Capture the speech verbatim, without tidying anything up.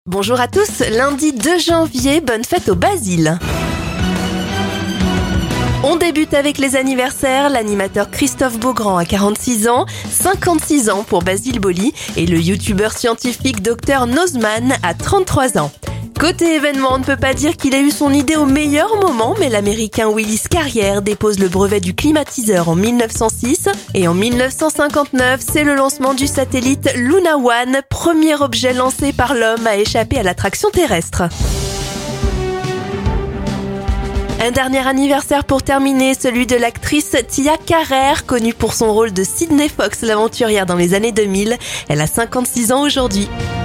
Bonjour à tous, lundi deux janvier, bonne fête au Basile. On débute avec les anniversaires, l'animateur Christophe Beaugrand a quarante-six ans, cinquante-six ans pour Basile Boli et le youtubeur scientifique docteur Nozman a trente-trois ans. Côté événement, on ne peut pas dire qu'il a eu son idée au meilleur moment, mais l'américain Willis Carrier dépose le brevet du climatiseur en mille neuf cent six et en mille neuf cent cinquante-neuf, c'est le lancement du satellite Luna One, premier objet lancé par l'homme à échapper à l'attraction terrestre. Un dernier anniversaire pour terminer, celui de l'actrice Tia Carrère, connue pour son rôle de Sydney Fox, l'aventurière dans les années deux mille. Elle a cinquante-six ans aujourd'hui.